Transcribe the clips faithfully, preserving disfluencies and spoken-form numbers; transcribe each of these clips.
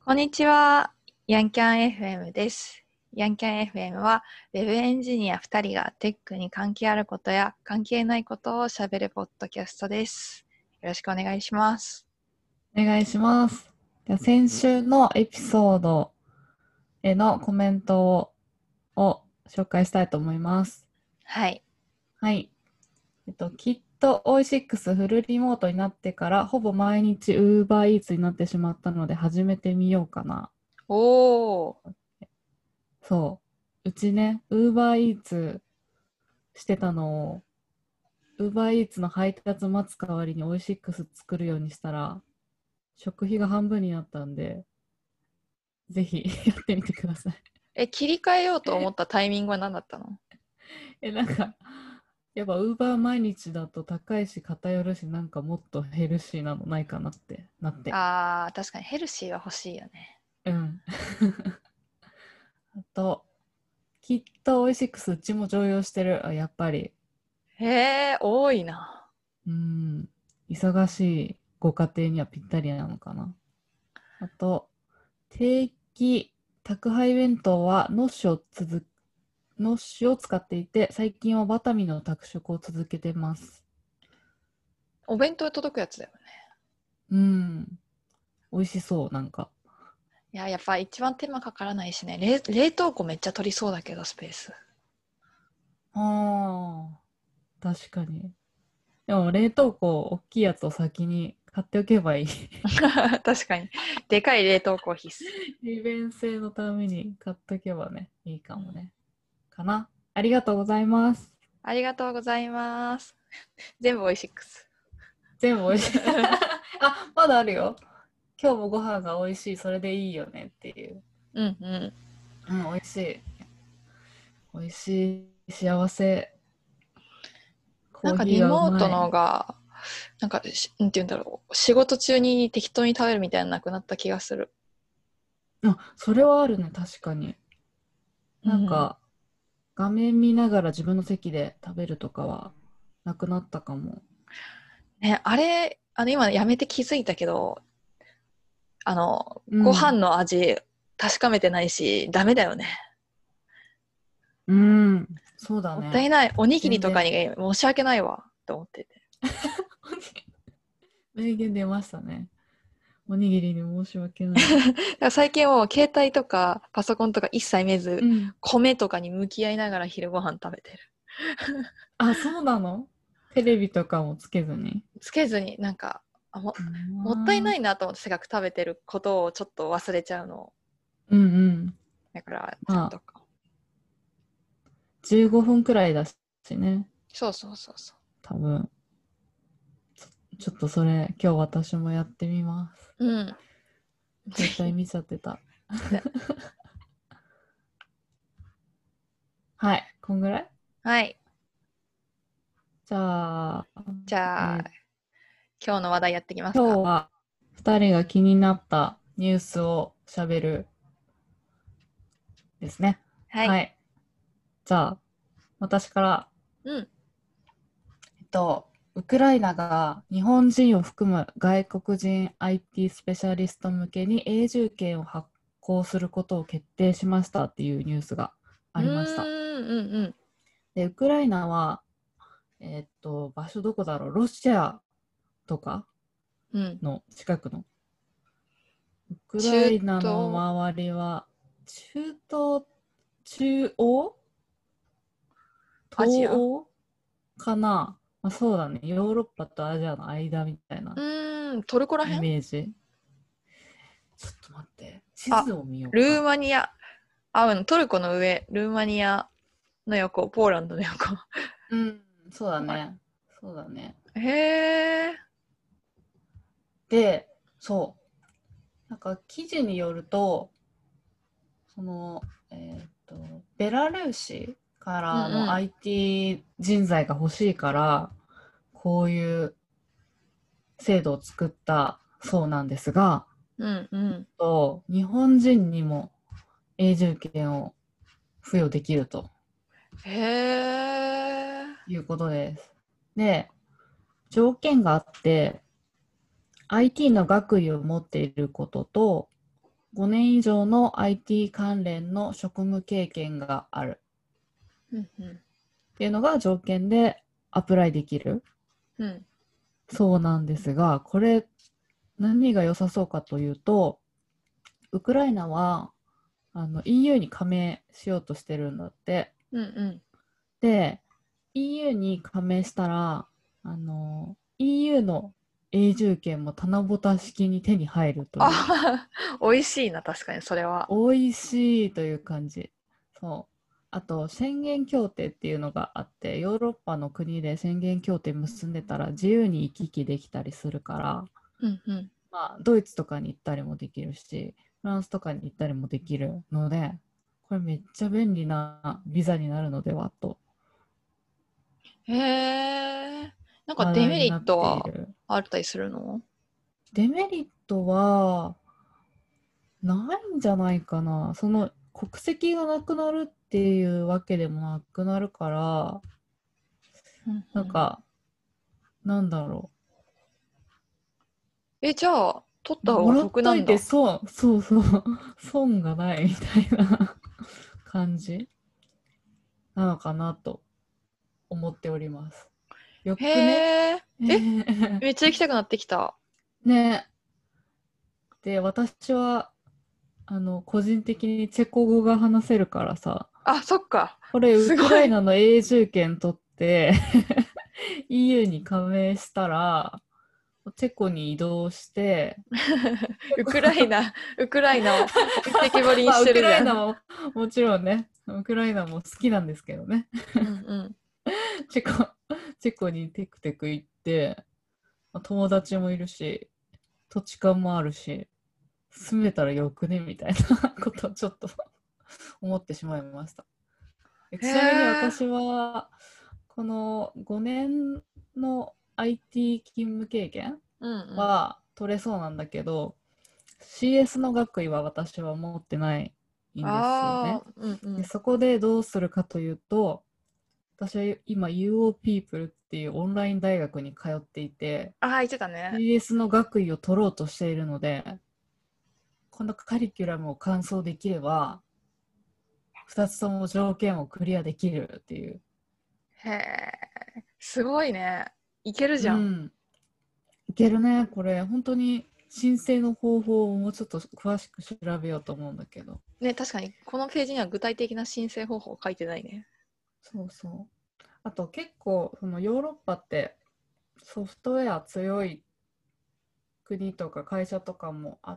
こんにちは。ヤンキャン エフエム です。ヤンキャン エフエム は、ウェブエンジニアふたりがテックに関係あることや関係ないことを喋るポッドキャストです。よろしくお願いします。 お願いします。じゃあ先週のエピソードへのコメントをを紹介したいと思います。 はい。 はい。えっと、きっと オーイーシックス フルリモートになってからほぼ毎日 UberEats になってしまったので始めてみようかな。 おー。 そう。うちね、UberEats してたのを UberEats の配達待つ代わりに オーイーシックス 作るようにしたら食費が半分になったんで、ぜひやってみてください。 え、切り替えようと思ったタイミングは何だったの？ え、なんか、やっぱウーバー毎日だと高いし偏るし、なんかもっとヘルシーなのないかなってなって。 あー、確かにヘルシーは欲しいよね。 うん。あと、きっとオイシックスうちも常用してる。あ、やっぱり。 へー、多いな。 うん。忙しいご家庭にはぴったりなのかな。あと、定期宅配弁当はノッシュを続ノッシュを使っていて、最近はバタミの宅食を続けてます。 お弁当届くやつだよね。 うん。美味しそう、なんか。 いや、やっぱ一番手間かからないしね。冷、冷凍庫めっちゃ取りそうだけど、スペース。 ああ、確かに。でも冷凍庫大きいやつを先に買っておけばいい。 確かに。でかい冷凍庫必須。 利便性のために買っておけばね、いいかうん、 もね。かな。ありがとうございます。 ありがとうございます。全部おいしいくす。 全部美味しい。あ、まだあるよ。今日もご飯が美味しい。それでいいよねっていう。 うんうん。 うん、美味しい。美味しい。幸せ。 なんかコーヒーがうリモートまい。 のが、なんかし、なんて言うんだろう。仕事中に適当に食べるみたいなのなくなった気がする。 あ、それはあるね、確かに。 うん。 なんか、画面見ながら自分の席で食べるとかはなくなったかも。 ね、あれ、あの、今やめて気づいたけど、あの、ご飯うん。 の味確かめてないし、ダメだよね。 うん、そうだもったね。 いない。おにぎりとかに全然。 申し訳ないわ、と思ってて。 名言出ましたね。おにぎりに申し訳ない。 だから最近もう携帯とかパソコンとか一切見ず、 うん。 米とかに向き合いながら昼ご飯食べてる。 あ、そうなの？テレビとかもつけずに。 つけずになんか、あも、 うもったいなん。 いなと思ってせっかく食べてることをちょっと忘れちゃうの。 うんうん。 だからちゃんまあ、 とか。 じゅうごふんくらいだしね。 そうそうそうそ多分。ちょっとそれ、今日私もやってみます。 う。うん。ぜひ。 携帯見ちゃってた。 ではい。こんぐらい。 はい。 じゃあ、 じゃあ、 えー今日の話題やっていきますか。 今日はふたりが気になったニュースをしゃべるですね。 はい。 はい。じゃあ、私から、 うん。 えっと、ウクライナが日本人を含む外国人 アイティー スペシャリスト向けに永住権を発行することを決定しましたっていうニュースがうーありました。 ん、うん、うん。 で、ウクライナは、えっと、場所どこだろう、ロシアとかうん。 の近くの、ウクラ中イナの東、 周りは、中東、中央東アジア。 欧かな、まあ、そうだね。ヨーロッパとアジアの間みたいうなーん、トルコらへイん。 メージ。ちょっと待って。地あ、 図を見ようルーか。 マニア。あ、うん、トルコの上、ルーマニアの横、ポーランドの横。 うん、そうだあれ。 ね。そうだね。 へえ。 で、そう。なんか記事によると、その、えっと、ベラルーシかうんらのうん。 アイティー 人材が欲しいから、こういう制度を作ったそうなんですが、 うんうん。 と日本人にも永住権を付与できるとへえ。 いうことです。で、条件があって、アイティー の学位を持っていることと、 ごねん以上の アイティー 関連の職務経験があるうんうんっていうのが条件でアプライできるうんそうなんですが、これ何が良さそうかというと、ウクライナはあの イーユー に加盟しようとしてるんだって。 うんうんで、イーユー に加盟したら、あの イーユー の永住権も棚ぼた式に手に入るという、 あ美味しいな、確かにそれは。 美味しいという感じ。そう。あと、宣言協定っていうのがあって、ヨーロッパの国で宣言協定結んでたら自由に行き来できたりするから、 うんうんまあ、ドイツとかに行ったりもできるし、フランスとかに行ったりもできるので、これめっちゃ便利なビザになるのではとへえ。なんか話デメリッ題になっトはている。 あったりするの？ デメリットはないんじゃないかな。その国籍がなくなるっていうわけでもなくなるから、 うんうん。 なんか、なんだろえ、じゃあ、取っう。 た方がもらっといて得なんだ。 損、そうそう、損がないみたいな感じなのかなと思っております。よへくね。 え。え、めっちゃ行きたくなってきた。 ね。で、私は、あの、個人的にチェコ語が話せるからさ、 あ、そっか。 これ、ウすごい。 クライナの永住権取ってイーユー に加盟したら、チェコに移動して、 ウクライナ、ウクライナを置いてきぼりにしまあ、ウクてるじゃん。 ライナも、もちろんね、ウクライナも好きなんですけどね、 うんうん。 チェコ、チェコにテクテク行って、まあ友達もいるし、土地勘もあるし、住めたらよくねみたいなことをちょっと思ってしまいました。 へちなみにえ。 私は、このごねんの アイティー 勤務経験うんうん。 は取れそうなんだけど、シーエス の学位は私は持ってないんですよね。 ああ、うんうで、 ん。 そこでどうするかというと、私は今 ユーオー ピープルっていうオンライン大学に通っていて、 ああ、言ってたね。 シーエス の学位を取ろうとしているので、このカリキュラムを完走できれば、ふたつとも条件をクリアできるっていう。 へえ。すごいね。いけるじゃん。 うん。いけるね、これ。本当に申請の方法をもうちょっと詳しく調べようと思うんだけど。 ね、確かに、このページには具体的な申請方法書いてないね。 そうそう。あと結構、そのヨーロッパってソフトウェア強い国とか会社とかもあって、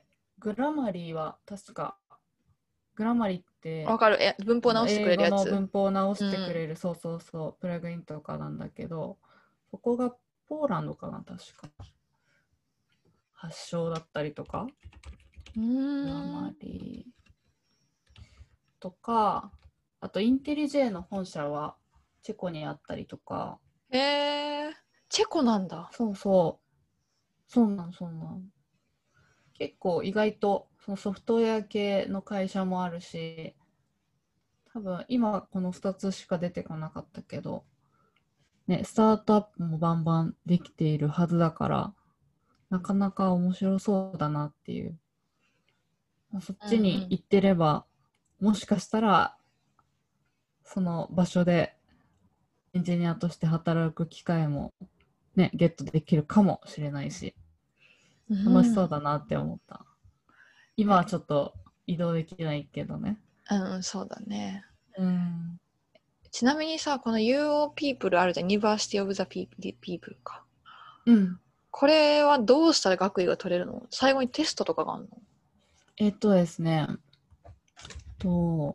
グラマリーは確か、グラマリーってわかる。え、文法あの直してくれる英語のやつ。 文法を直してくうん。 れる、そうそうそう、プラグインとかなんだけど、そこがポーランドかな、確か。発祥だったりとか、 うグラーん。 マリーとか、あとインテリジェーの本社はチェコにあったりとか、 へえ。チェコなんだ。 そうそう、そうなんそうなん。結構意外とそのソフトウェア系の会社もあるし、多分今このふたつしか出てこなかったけど、ね、スタートアップもバンバンできているはずだから、なかなか面白そうだなっていう。そっうんうちにん。 行ってれば、もしかしたらその場所でエンジニアとして働く機会もね、ゲットできるかもしれないし、 う楽しそうん。 だなって思った。今はちょっと移動できないけどね。 うん、うん、そうだね。 うん。 ちなみにさ、この ユーオー People あるじゃん。University of the People か。 うん。 これはどうしたら学位が取れるの？最後にテストとかがあるの？ えっとですね、と、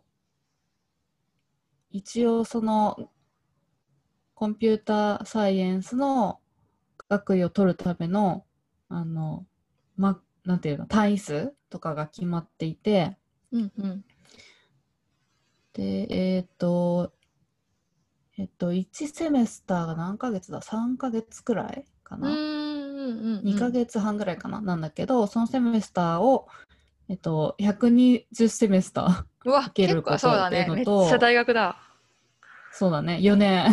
一応そのコンピューターサイエンスの学位を取るための、あの、ま、なんていうの、単位数とかが決まっていて、 うんうん。 で、えっと、えっと、いちセメスターが何ヶ月だ？ さん ヶ月くらいかうーん、 な？ うんうに ヶん月半ぐらいかななんだけど、そのセメスターを、えっと、ひゃくにじゅうセメスターうん。うわ、 受ける結構、そうだね。 ことっていうのめっちゃと、 大学だ。 そうだね、よねん。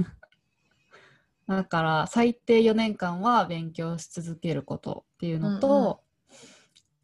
だから最低よねんかんは勉強し続けることっていううんのうん。 と、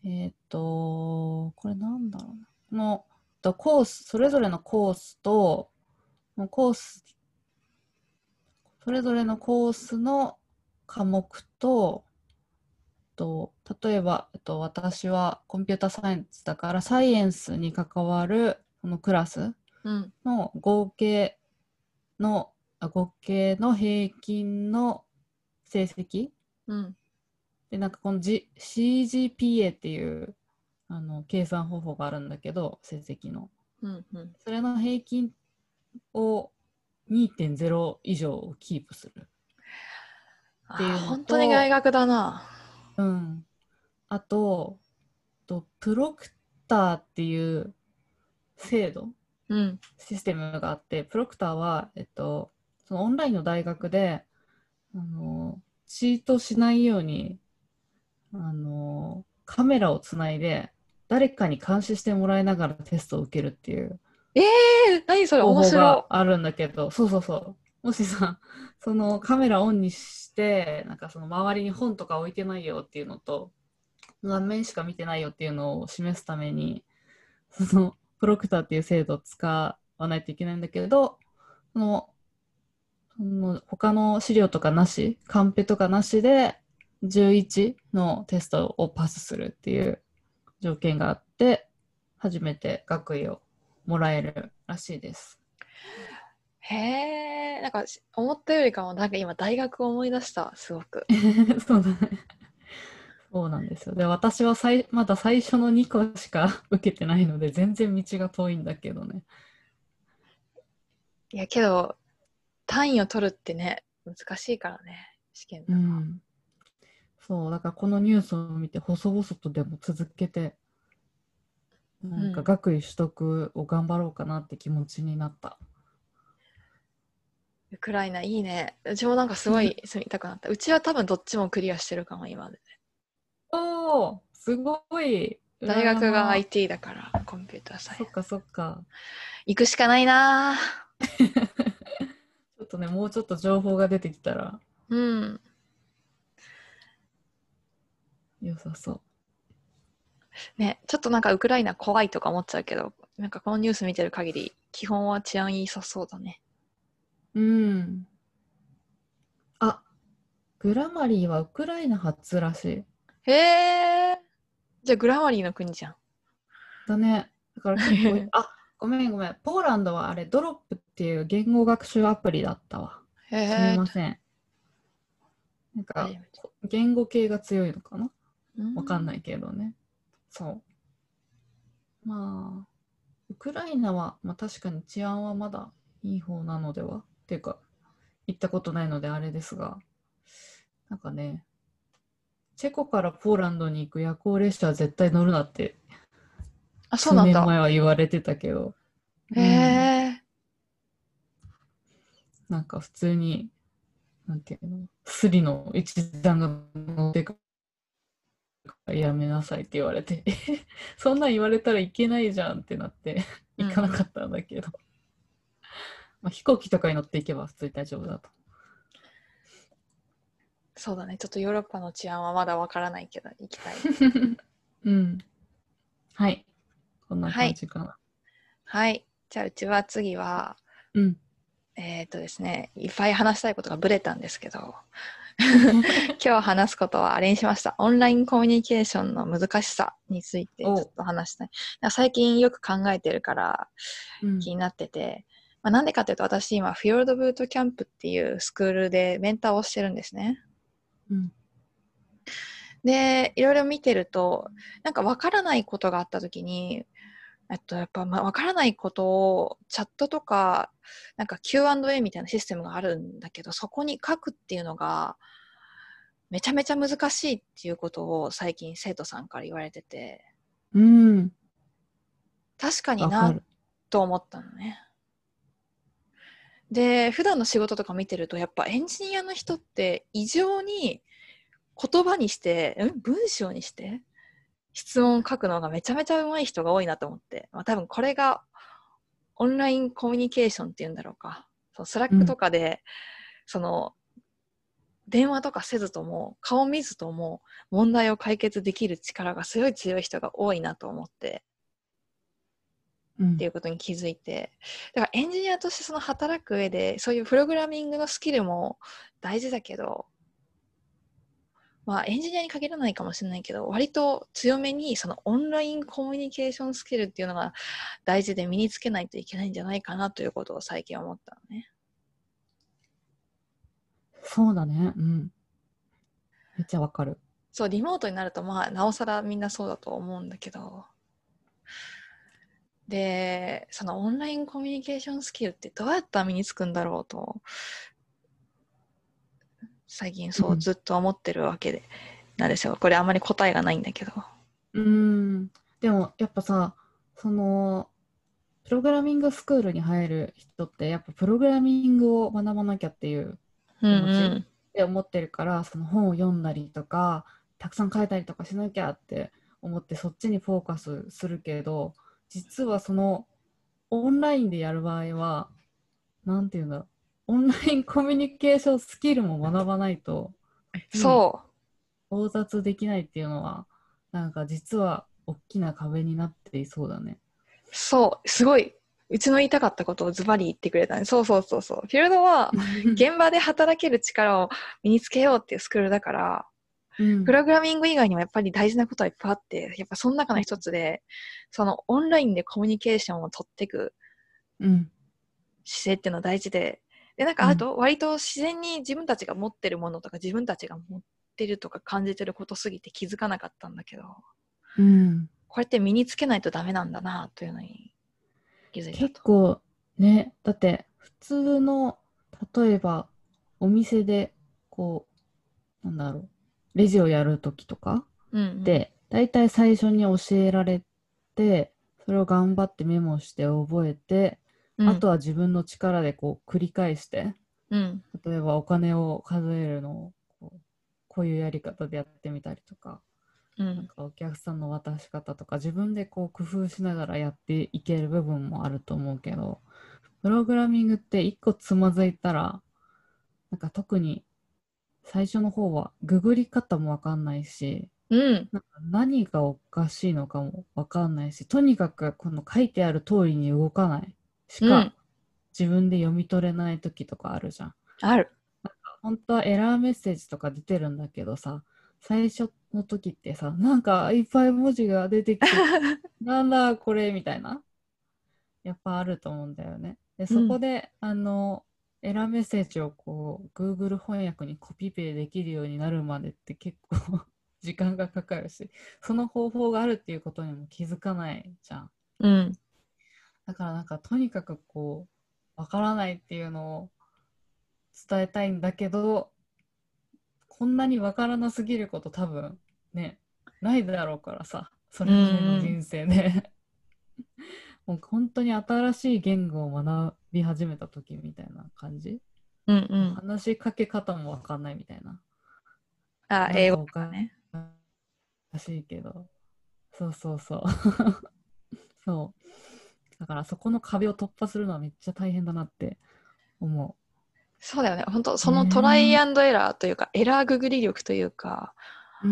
えっと、これなんだろうな。このとコース、それぞれのコースと、コース、それぞれのコースの科目と、と例えば、えっと、私はコンピュータサイエンスだから、サイエンスに関わるこのクラスうんの合計の、あ合計の平均の成績うんで、なんかこの、G、シージーピーエー っていうあの計算方法があるんだけど、成績の。 うんうん。 それの平均をにてんゼロ以上をキープするってああ、 いうの本当に大と、 学だな。 うん、あと、とプロクターっていう制度、 うん。 システムがあって、プロクターは、えっと、そのオンラインの大学で、あの、チートしないように、あの、カメラをつないで、誰かに監視してもらいながらテストを受けるっていうええー、何それ方法面白があるんだけど、そうそうそう。もしさ、そのカメラオンにして、なんかその周りに本とか置いてないよっていうのと、画面しか見てないよっていうのを示すために、そのプロクターっていう制度を使わないといけないんだけど、その、その他の資料とかなし、カンペとかなしでじゅういちのテストをパスするっていう条件があって、初めて学位をもらえるらしいです。 い。へえ、なんかし思ったよりかも、なんか今大学を思い出した、すごく。 そうだね。そうなんですよ。で、私はさいまだ最初のにこしか受けてないので、全然道が遠いんだけどね。 いや、けど、単位を取るってね、難しいからね、試験とか。 うん。そう、だからこのニュースを見て、細々とでも続けて、なんかうん。 学位取得を頑張ろうかなって気持ちになった。 ウクライナいいね。うちもなんかすごい住みたくなった。うちは多分どっちもクリアしてるかも、今で。 おー、すごい。裏大学が山。 アイティー だから、コンピューターサイエンス。 そっかそっか。 行くしかないな。 ちょっとね、もうちょっと情報が出てきたらうん。 良さそね、ちょっとなんかウクライナ怖いとか思っちゃうけど、なんかこのニュース見てる限り、基本は治安いいさそうだね。 う。うん。あ、グラマリーはウクライナ発らしい。 へえ。じゃあグラマリーの国じゃん。 だね。だから結構、あ、ごめんごめん。ポーランドはあれ、ドロップっていう言語学習アプリだったわ。 へすみえ。 ません。なんか、 初めて。 言語系が強いのかな、 うん。 わかんないけどね。そう。まあ、ウクライナは、まあ確かに治安はまだいい方なのではっていうか、行ったことないのであれですが、なんかね、チェコからポーランドに行く夜行列車は絶対乗るなってあ、そう数なんだ。 年前は言われてたけど、 へうん、 え。 なんか普通に、なんていうの、スリの一段が乗ってからやめなさいって言われて、そんなん言われたらいけないじゃんってなって行かなかうんうん。 ったんだけど、まあ、飛行機とかに乗っていけば普通に大丈夫だと。 そうだね。ちょっとヨーロッパの治安はまだわからないけど、行きたい。 うん。はい。こんなはい。 感じかな。 はい。じゃあ、うちは次は、 うん。 えっとですね、いっぱい話したいことがブレたんですけど、今日話すことはあれにしました。オンラインコミュニケーションの難しさについてちょっお、 と話したい。最近よく考えてるからうん。 気になってて、まあ、なんでかというと私今フィヨルドブートキャンプっていうスクールでメンターをしてるんですね。 うん。 で、いろいろ見てると、なんかわからないことがあった時に、えっと、やっぱ、まあ、わからないことをチャットとか、なんか キューアンドエー みたいなシステムがあるんだけど、そこに書くっていうのが、めちゃめちゃ難しいっていうことを最近生徒さんから言われてて、 うん。 確かになわかる。 と思ったのね。で、普段の仕事とか見てると、やっぱエンジニアの人って異常に言葉にして、ん文章にして質問を書くのがめちゃめちゃ上手い人が多いなと思って、まあ、多分これがオンラインコミュニケーションっていうんだろうか。そうスラックとうん。 かで、その電話とかせずとも顔見ずとも問題を解決できる力がすごい強い人が多いなと思って、 うん、 っていうことに気づいて、だからエンジニアとしてその働く上でそういうプログラミングのスキルも大事だけど、まあエンジニアに限らないかもしれないけど、割と強めにそのオンラインコミュニケーションスキルっていうのが大事で身につけないといけないんじゃないかなということを最近思ったのね。 そうだね。うん。めっちゃわかる。 そう、リモートになるとまあなおさらみんなそうだと思うんだけど、で、そのオンラインコミュニケーションスキルってどうやったら身につくんだろうと、最近そうずっと思ってるわけで、なんですよ。これあんまり答えがないんだけど。 うん。でもやっぱさ、その、プログラミングスクールに入る人って、やっぱプログラミングを学ばなきゃっていううん気持ちうん。 で思ってるから、その本を読んだりとか、たくさん書いたりとかしなきゃって思って、そっちにフォーカスするけど、実はそのオンラインでやる場合は、なんていうんだろう、オンラインコミュニケーションスキルも学ばないと、にそ到達できないっていうのは、なんか実は大きな壁になっていそうだね。 う、そう、すごい、うちの言いたかったことをズバリ言ってくれたね。そうそうそうそう。フィールドは、現場で働ける力を身につけようっていうスクールだから、 うん。 プログラミング以外にもやっぱり大事なことはいっぱいあって、やっぱその中の一つで、そのオンラインでコミュニケーションを取っていくうん。 姿勢っていうのは大事で、で、なんかうん。 あと、割と自然に自分たちが持ってるものとか、自分たちが持ってるとか感じてることすぎて気づかなかったんだけど、 うん。 これって身につけないとダメなんだな、というのに気づいたと。 結構ね、だって普通の、例えばお店でこう、なんだろう、レジをやるときとかうんうん。 で、だいたい最初に教えられて、それを頑張ってメモして覚えて、 うん。 あとは自分の力でこう繰り返して、 うん。 例えばお金を数えるのをこう、こういうやり方でやってみたりとか、 うん。 なんかお客さんの渡し方とか自分でこう工夫しながらやっていける部分もあると思うけど、プログラミングって一個つまずいたら、なんか特に最初の方はググり方もわかんないし、 うん。 なんか何がおかしいのかもわかんないし、とにかくこの書いてある通りに動かないしかうん。 自分で読み取れない時とかあるじゃん。 ある。 本当はエラーメッセージとか出てるんだけどさ、最初の時ってさ、なんかいっぱい文字が出てきて、なんだこれみたいな、やっぱあると思うんだよね。で、そこうん。 で、あの、エラーメッセージをこう、Google 翻訳にコピペできるようになるまでって結構時間がかかるし、その方法があるっていうことにも気づかないじゃん。 うん。 だからなんかとにかくこう、わからないっていうのを伝えたいんだけど、こんなにわからなすぎること多分ね、ないだろうからさ、そうん。 れまでのうん。 人生でもう本当に新しい言語を学び始めた時みたいな感じ。 うん。うん。 話しかけ方もわかんないみたいな。 あ、 なん英語とかおかかね。 しいけど。そうそうそう。そう。だからそこの壁を突破するのはめっちゃ大変だなって思そうだよね。本当う。 そのトライねアンドエラーというか、エラーググり力というか、 え。うん。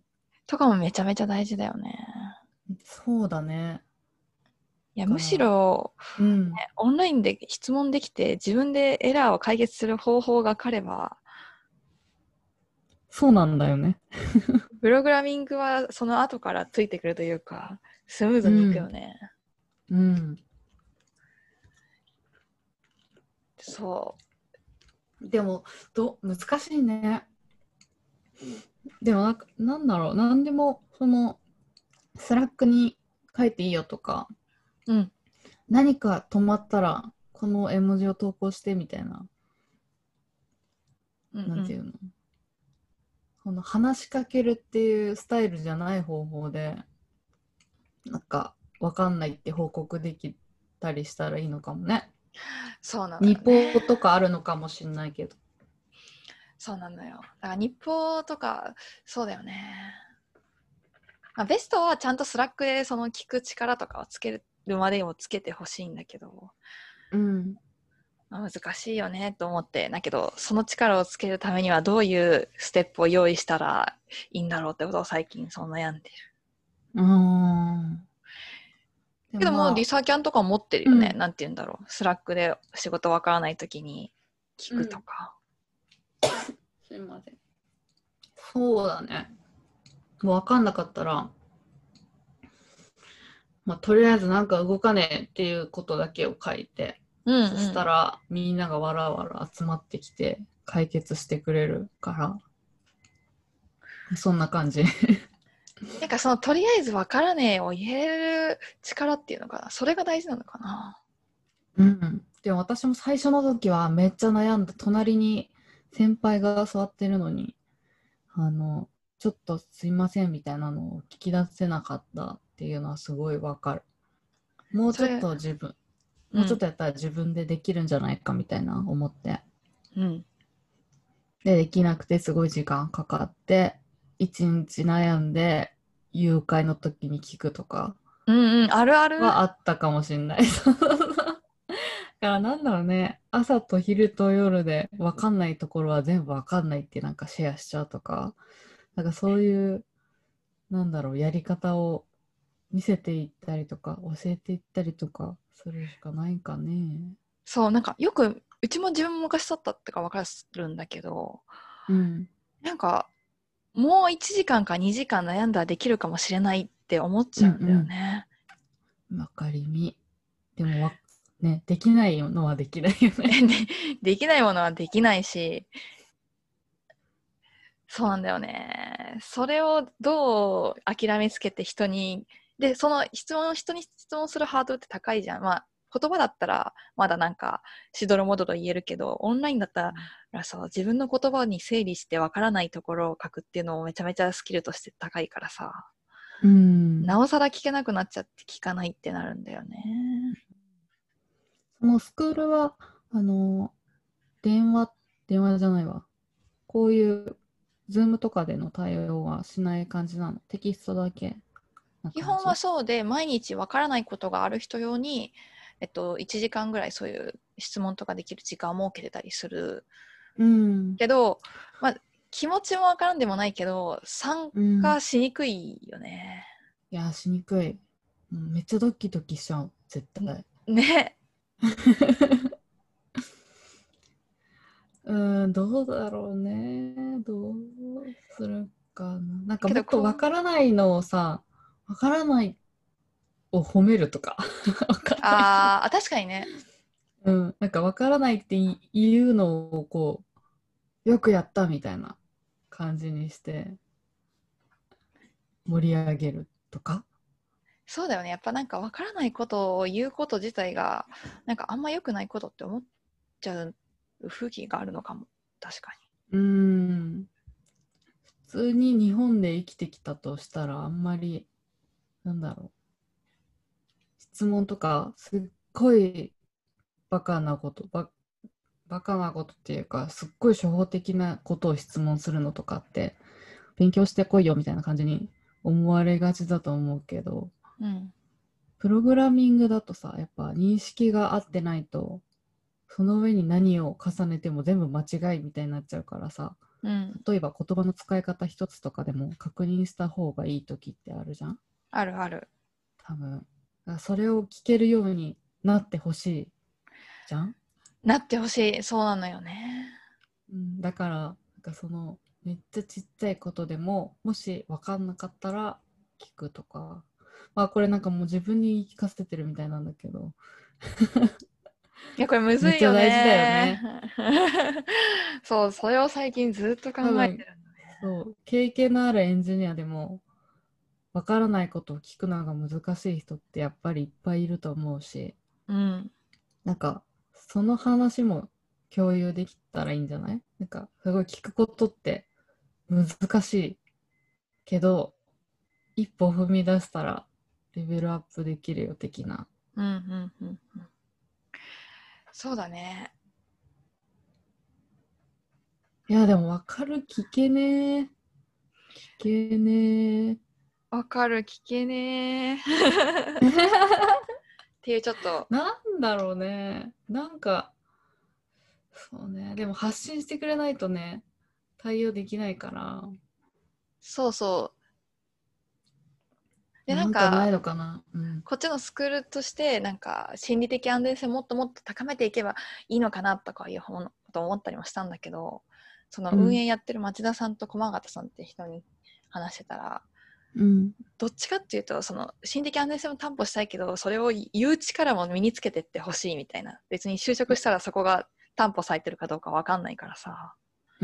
とかもめちゃめちゃ大事だよね。 そうだね。 いや、むしだから、 ろ、 うん。 オンラインで質問できて、自分でエラーを解決する方法が分かれば、 そうなんだよね。 プログラミングはその後からついてくるというか、スムーズにいくうん。 よね。 うん。 そでも、ど、難しいね。でもなんか、なんだろう。なんでも、その、スラックに書いていいよとか、 う。うん。 何か止まったら、この絵文字を投稿してみたいな、 うんうん。 なんていうの。この話しかけるっていうスタイルじゃない方法で、なんか、わかんないって報告できたりしたらいいのかもね。 そうなのよ日ね。 報とかあるのかもしれないけど。 そうなのよ。だから日報とか、そうだよね。まあ、ベストはちゃんとスラックでその聞く力とかをつけるまでをつけてほしいんだけど、 うん。 まあ難しいよねと思って、だけどその力をつけるためにはどういうステップを用意したらいいんだろうってことを最近そう悩んでる。 うーん。でけどもうリもまあ、 サキャンとか持ってるよね。 うん。 なんて言うんだろう。スラックで仕事わからないときに聞くとか。 すいません。そうだね。もう分かんなかったら、まあ、とりあえずなんか動かねえっていうことだけを書いて、 うんうん。 そしたらみんながわらわら集まってきて解決してくれるから、そんな感じ。 なんかそのとりあえずわからねえを言える力っていうのかな。それが大事なのかな。 うん。でも私も最初の時はめっちゃ悩んだ。隣に先輩が座ってるのに、あの、ちょっとすいませんみたいなのを聞き出せなかったっていうのはすごいわかる。もうちょっそれ、 と自分、 うん。 もうちょっとやったら自分でできるんじゃないかみたいな思って。 うん。 で、できなくてすごい時間かかって、一日悩んで、誘拐の時に聞くとかうんうん。あるある。 はあったかもしんない。だからなんだろうね、朝と昼と夜で分かんないところは全部分かんないってなんかシェアしちゃうとか、なんかそういう、なんだろう、やり方を見せていったりとか、教えていったりとかするしかないかね。 そう、なんかよく、うちも自分も昔だったってかわかるんだけど、 うん。 なんかもういちじかんかにじかん悩んだらできるかもしれないって思っちゃうんだようんね。 うん。わかりみ。でもわ、ね、できないのはできないよね。 で、できないものはできないし、そうなんだよね。それをどう諦めつけて人に、で、その質問、人に質問するハードルって高いじゃん。まあ、言葉だったらまだなんかしどろもどろ言えるけど、オンラインだったらさ、自分の言葉に整理してわからないところを書くっていうのもめちゃめちゃスキルとして高いからさ、 うん。 なおさら聞けなくなっちゃって聞かないってなるんだよね。 そのスクールは、あの、電話、電話じゃないわ。こういう、ズームとかでの対応はしない感じなの？テキストだけな基本は感じ？ そうで、毎日わからないことがある人用に、えっと、いちじかんぐらいそういう質問とかできる時間を設けてたりするうん。 けど、まあ、気持ちもわからんでもないけど、参うん。 加しにくいよね。 いや、しにくい。うんめっちゃドキドキしちゃう、絶対。 ね。 うーん、どうだろうね。どうするかな。なんかけど、 もっとこう、 わからないのをさ、わからないを褒めるとか。わかんないけど。 あーあ、確かにね。 うん。なんかわからないってい言うのをこう、よくやったみたいな感じにして盛り上げるとか。 そうだよね。やっぱなんかわからないことを言うこと自体が、なんかあんま良くないことって思っちゃう風紀があるのかも。確かうーん。普通に日本で生きてきたとしたらあんまり、なんだろう。質問とか、すっごいバカなこと、バ、バカなことっていうか、すっごい初歩的なことを質問するのとかって、勉強してこいよみたいな感じに思われがちだと思うけど、 に。うん。 プログラミングだとさ、やっぱ認識が合ってないと、その上に何を重ねても全部間違いみたいになっちゃうからさ、 うん。 例えば言葉の使い方一つとかでも確認した方がいい時ってあるじゃん、 あるある。 多分。だからそれを聞けるようになってほしいじゃん。 なってほしい。そうなのよね。 うん、だからなんかそのめっちゃちっちゃいことでももし分かんなかったら聞くとか、まあこれなんかもう自分に言い聞かせてるみたいなんだけど、 いや、これむめっずいよちゃ大事だよね。 ね。 そう、それを最近ずっと考多分えてるんだね。 そう経験のあるエンジニアでも分からないことを聞くのが難しい人ってやっぱりいっぱいいると思うし、 うん。 なんかその話も共有できたらいいんじゃない？なんかすごい聞くことって難しいけど一歩踏み出したらレベルアップできるよ的な。 うん、うん、うん。そうだね。 いやでも分かる、聞けねえ聞けねえ。 わかる、聞けねー。っていうちょっと、 なんだろうね、なんかそうね。でも発信してくれないとね、対応できないから。 そうそう。で、ななんかないんか、 のかな。うん。 こっちのスクールとして、なんか、心理的安全性をもっともっと高めていけばいいのかなとかいうこと思ったりもしたんだけど、そのうん。 運営やってる町田さんと駒形さんって人に話してたら、 うん。 どっちかっていうと、その心理的安全性も担保したいけど、それを言う力も身につけてってほしいみたいな。別に就職したらそこが担保されてるかどうかわかんないからさ。 うん。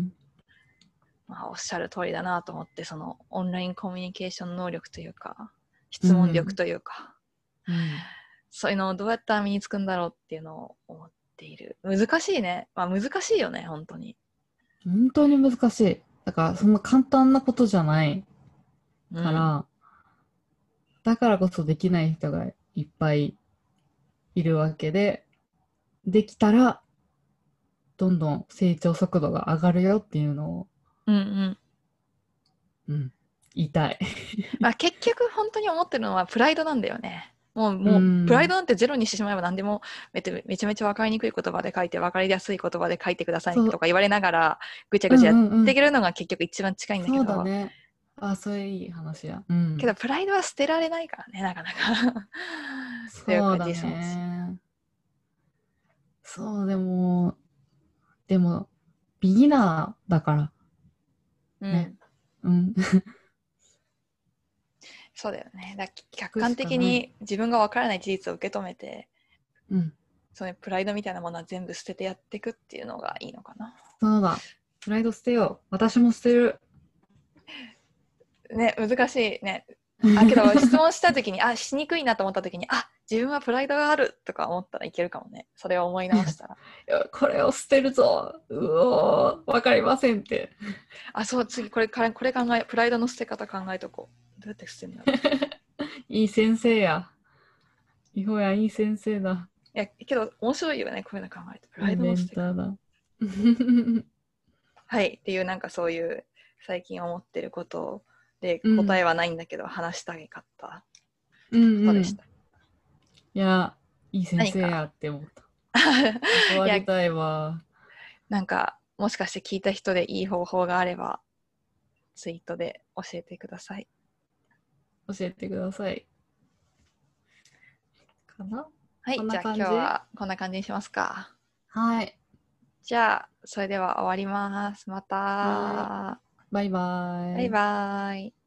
まあ、おっしゃる通りだなと思って、そのオンラインコミュニケーション能力というか、 う質問力ん。 というか、 うん。 そういうのをどうやったら身につくんだろうっていうのを思っている。難しいね。まあ難しいよね、本当に。 本当に難しい。だから、そんな簡単なことじゃないうん。 から、だからこそできない人がいっぱいいるわけで、できたら、どんどん成長速度が上がるよっていうのを、 うんうん。 うん、言いたい。 まあ結局本当に思ってるのはプライドなんだよね。もう、 うもう、プライん。 ドなんてゼロにしてしまえば何でもめちゃめちゃめちゃ分かりにくい言葉で書いて分かりやすい言葉で書いてくださいそう、 とか言われながらぐちゃうぐちゃやっんうんうん。 ていけるのが結局一番近いんだけそうだど、 ね。あ、それいい話や。うけどん。 プライドは捨てられないからね、なかなかというかそうだ自尊心。 ね。そう、でも、でも、ビギナーだからね。 うん。 うん。 そうだよね。だ聞くし客観かない。 的に自分が分からない事実を受け止めて、 うん。 そのプライドみたいなものは全部捨ててやっていくっていうのがいいのかな。 そうだ。プライド捨てよう。私も捨てる。 ね、難しいね。あ、けど質問した時に、あ、しにくいなと思った時に、あ、自分はプライドがあるとか思ったらいけるかもね。それを思い直したら。 いやこれを捨てるぞ。うおー、わかりませんって。 あ、そう、次、これ、これ考え、プライドの捨て方考えとこう。どうやって捨てるんだろう。 いい先生や。いほやいい先生だ。 いや、けど面白いよね、こういうの考えて。プライドいいメの捨て方。 ンターだ。 はい。っていうなんかそういう最近思ってることでうん。 答えはないんだけど話したかったうんうん。 ことでした。 いや、いい先何か生やって思った。教いや、 わりたいわ。 なんかもしかして聞いた人でいい方法があればツイートで教えてください。 教えてください。かなはい。 こんなじゃあ今日感じ。 はこんな感じにしますか。 はい。 じゃあそれでは終わります。まはい。 た。 バイババイイ。 バーイ。